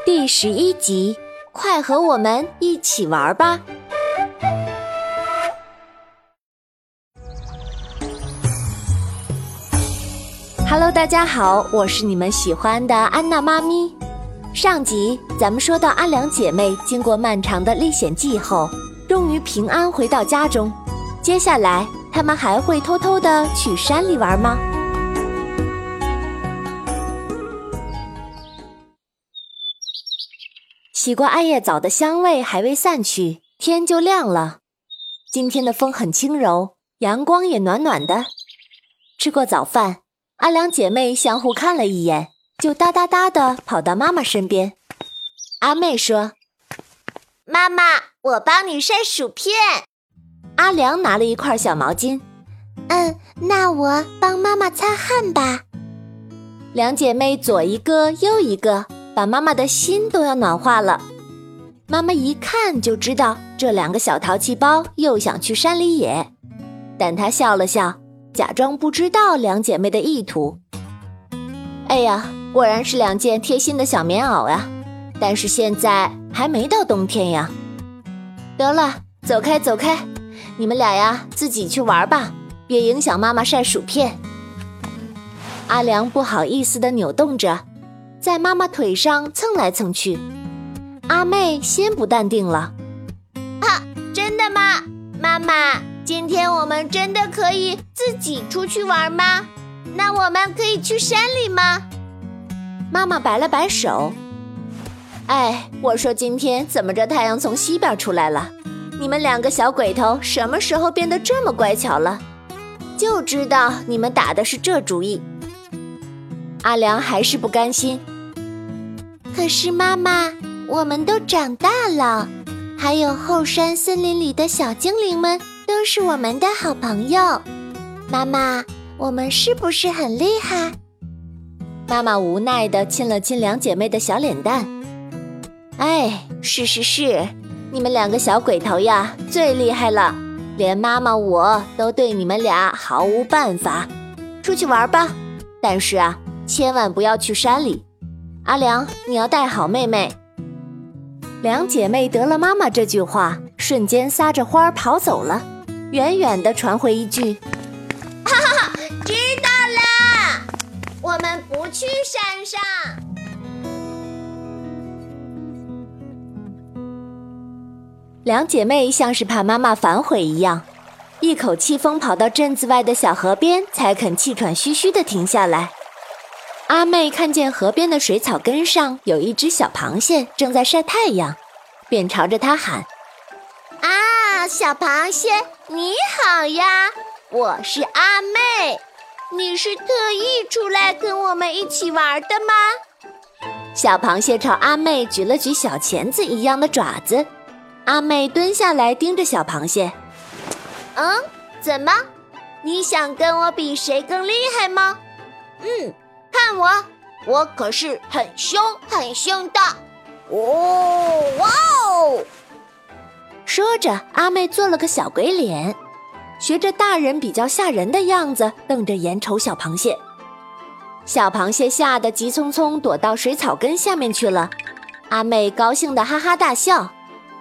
第11集，快和我们一起玩吧。Hello， 大家好，我是你们喜欢的安娜妈咪。上集咱们说到阿良姐妹经过漫长的历险记后，终于平安回到家中。接下来她们还会偷偷地去山里玩吗？洗过艾叶藻的香味还未散去，天就亮了。今天的风很轻柔，阳光也暖暖的。吃过早饭，阿良姐妹相互看了一眼，就哒哒哒地跑到妈妈身边。阿妹说：“ 妈妈，我帮你晒薯片。” 阿良拿了一块小毛巾。 那我帮妈妈擦汗吧。 两姐妹左一个右一个，把妈妈的心都要暖化了。妈妈一看就知道这两个小淘气包又想去山里野，但她笑了笑，假装不知道两姐妹的意图。哎呀，果然是两件贴心的小棉袄呀，但是现在还没到冬天呀。得了，走开走开，你们俩呀自己去玩吧，别影响妈妈晒薯片。阿良不好意思地扭动着，在妈妈腿上蹭来蹭去。阿妹先不淡定了。 真的吗？妈妈，今天我们真的可以自己出去玩吗？那我们可以去山里吗？ 妈妈摆了摆手。我说今天怎么着太阳从西边出来了？你们两个小鬼头什么时候变得这么乖巧了？就知道你们打的是这主意。阿良还是不甘心。 可是妈妈，我们都长大了，还有后山森林里的小精灵们都是我们的好朋友。妈妈，我们是不是很厉害？ 妈妈无奈地亲了亲两姐妹的小脸蛋。是，你们两个小鬼头呀，最厉害了，连妈妈我都对你们俩毫无办法。出去玩吧，但是啊，千万不要去山里。阿良，你要带好妹妹。两姐妹得了妈妈这句话，瞬间撒着欢跑走了，远远地传回一句： 知道了，我们不去山上。 两姐妹像是怕妈妈反悔一样，一口气疯跑到镇子外的小河边，才肯气喘吁吁地停下来。阿妹看见河边的水草根上有一只小螃蟹正在晒太阳，便朝着它喊： 小螃蟹，你好呀，我是阿妹，你是特意出来跟我们一起玩的吗？ 小螃蟹朝阿妹举了举小钳子一样的爪子。阿妹蹲下来盯着小螃蟹。 怎么？你想跟我比谁更厉害吗？看我可是很凶很凶的。哇哦！ 说着，阿妹做了个小鬼脸，学着大人比较吓人的样子，瞪着眼瞅小螃蟹。小螃蟹吓得急匆匆躲到水草根下面去了。阿妹高兴地哈哈大笑。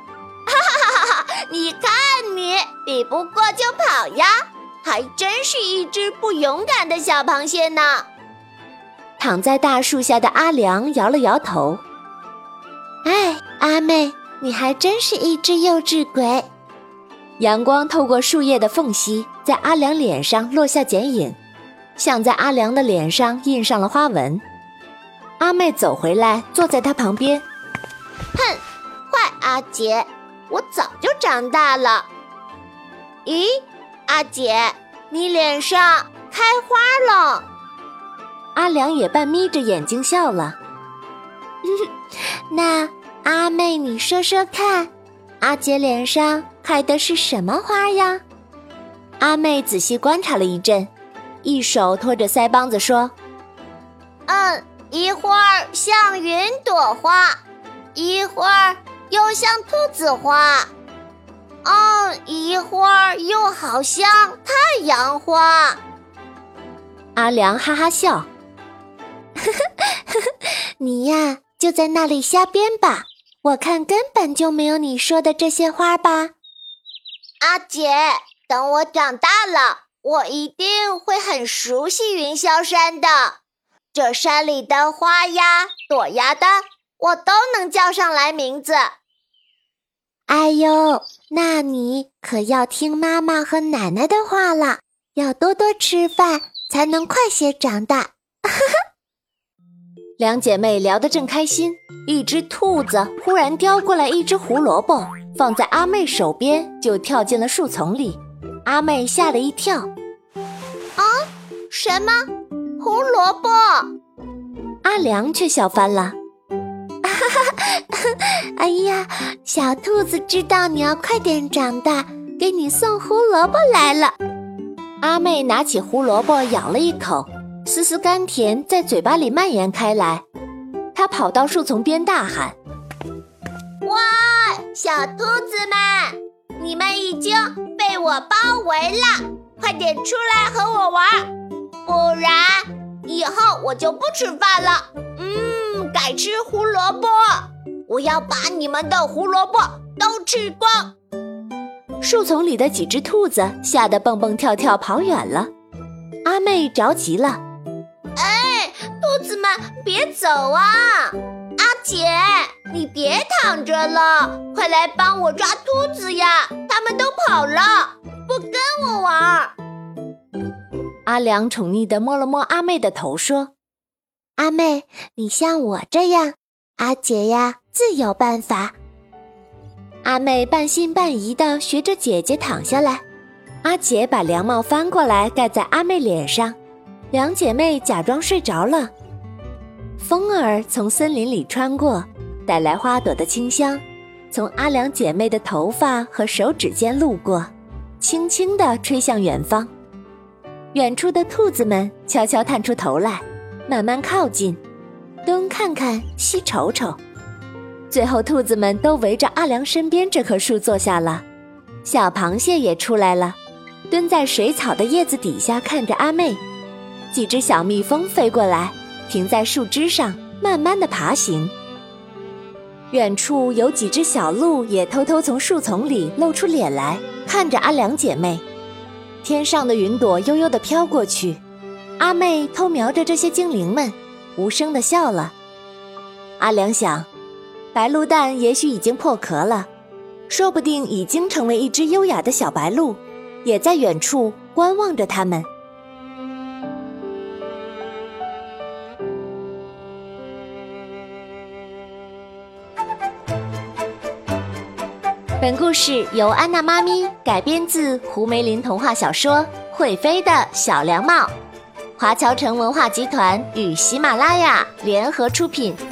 你看你，比不过就跑呀，还真是一只不勇敢的小螃蟹呢。 躺在大树下的阿良摇了摇头。 阿妹，你还真是一只幼稚鬼。 阳光透过树叶的缝隙，在阿良脸上落下剪影，像在阿良的脸上印上了花纹。阿妹走回来，坐在他旁边。 坏阿姐，我早就长大了。咦，阿姐，你脸上开花了。 阿良也半眯着眼睛笑了。 那阿妹你说说看，阿姐脸上开的是什么花呀？ 阿妹仔细观察了一阵，一手托着腮帮子说： 一会儿像云朵花，一会儿又像兔子花，一会儿又好像太阳花。 阿良哈哈笑。 你呀， 就在那里瞎编吧，我看根本就没有你说的这些花吧。 阿姐，等我长大了，我一定会很熟悉云霄山的。这山里的花呀、朵呀的，我都能叫上来名字。 哎呦，那你可要听妈妈和奶奶的话了，要多多吃饭，才能快些长大。 两姐妹聊得正开心，一只兔子忽然叼过来一只胡萝卜，放在阿妹手边，就跳进了树丛里。阿妹吓了一跳。 啊，什么？胡萝卜？ 阿良却笑翻了。 哎呀，小兔子知道你要快点长大，给你送胡萝卜来了。 阿妹拿起胡萝卜咬了一口，丝丝甘甜在嘴巴里蔓延开来。她跑到树丛边大喊： 哇，小兔子们，你们已经被我包围了，快点出来和我玩，不然以后我就不吃饭了。改吃胡萝卜，我要把你们的胡萝卜都吃光。 树丛里的几只兔子吓得蹦蹦跳跳跑远了。阿妹着急了： 哎，兔子们别走啊！阿姐，你别躺着了，快来帮我抓兔子呀，它们都跑了，不跟我玩。 阿良宠溺地摸了摸阿妹的头说： 阿妹，你像我这样，阿姐呀自有办法。 阿妹半信半疑地学着姐姐躺下来，阿姐把凉帽翻过来盖在阿妹脸上，两姐妹假装睡着了。风儿从森林里穿过，带来花朵的清香，从阿良姐妹的头发和手指间路过，轻轻地吹向远方。远处的兔子们悄悄探出头来，慢慢靠近，东看看西瞅瞅，最后兔子们都围着阿良身边这棵树坐下了。小螃蟹也出来了，蹲在水草的叶子底下看着阿妹。几只小蜜蜂飞过来，停在树枝上，慢慢地爬行。远处有几只小鹿也偷偷从树丛里露出脸来，看着阿良姐妹。天上的云朵悠悠地飘过去，阿妹偷瞄着这些精灵们，无声地笑了。阿良想，白鹿蛋也许已经破壳了，说不定已经成为一只优雅的小白鹿，也在远处观望着它们。本故事由安娜妈咪改编自胡梅林童话小说《会飞的小凉帽》，华侨城文化集团与喜马拉雅联合出品。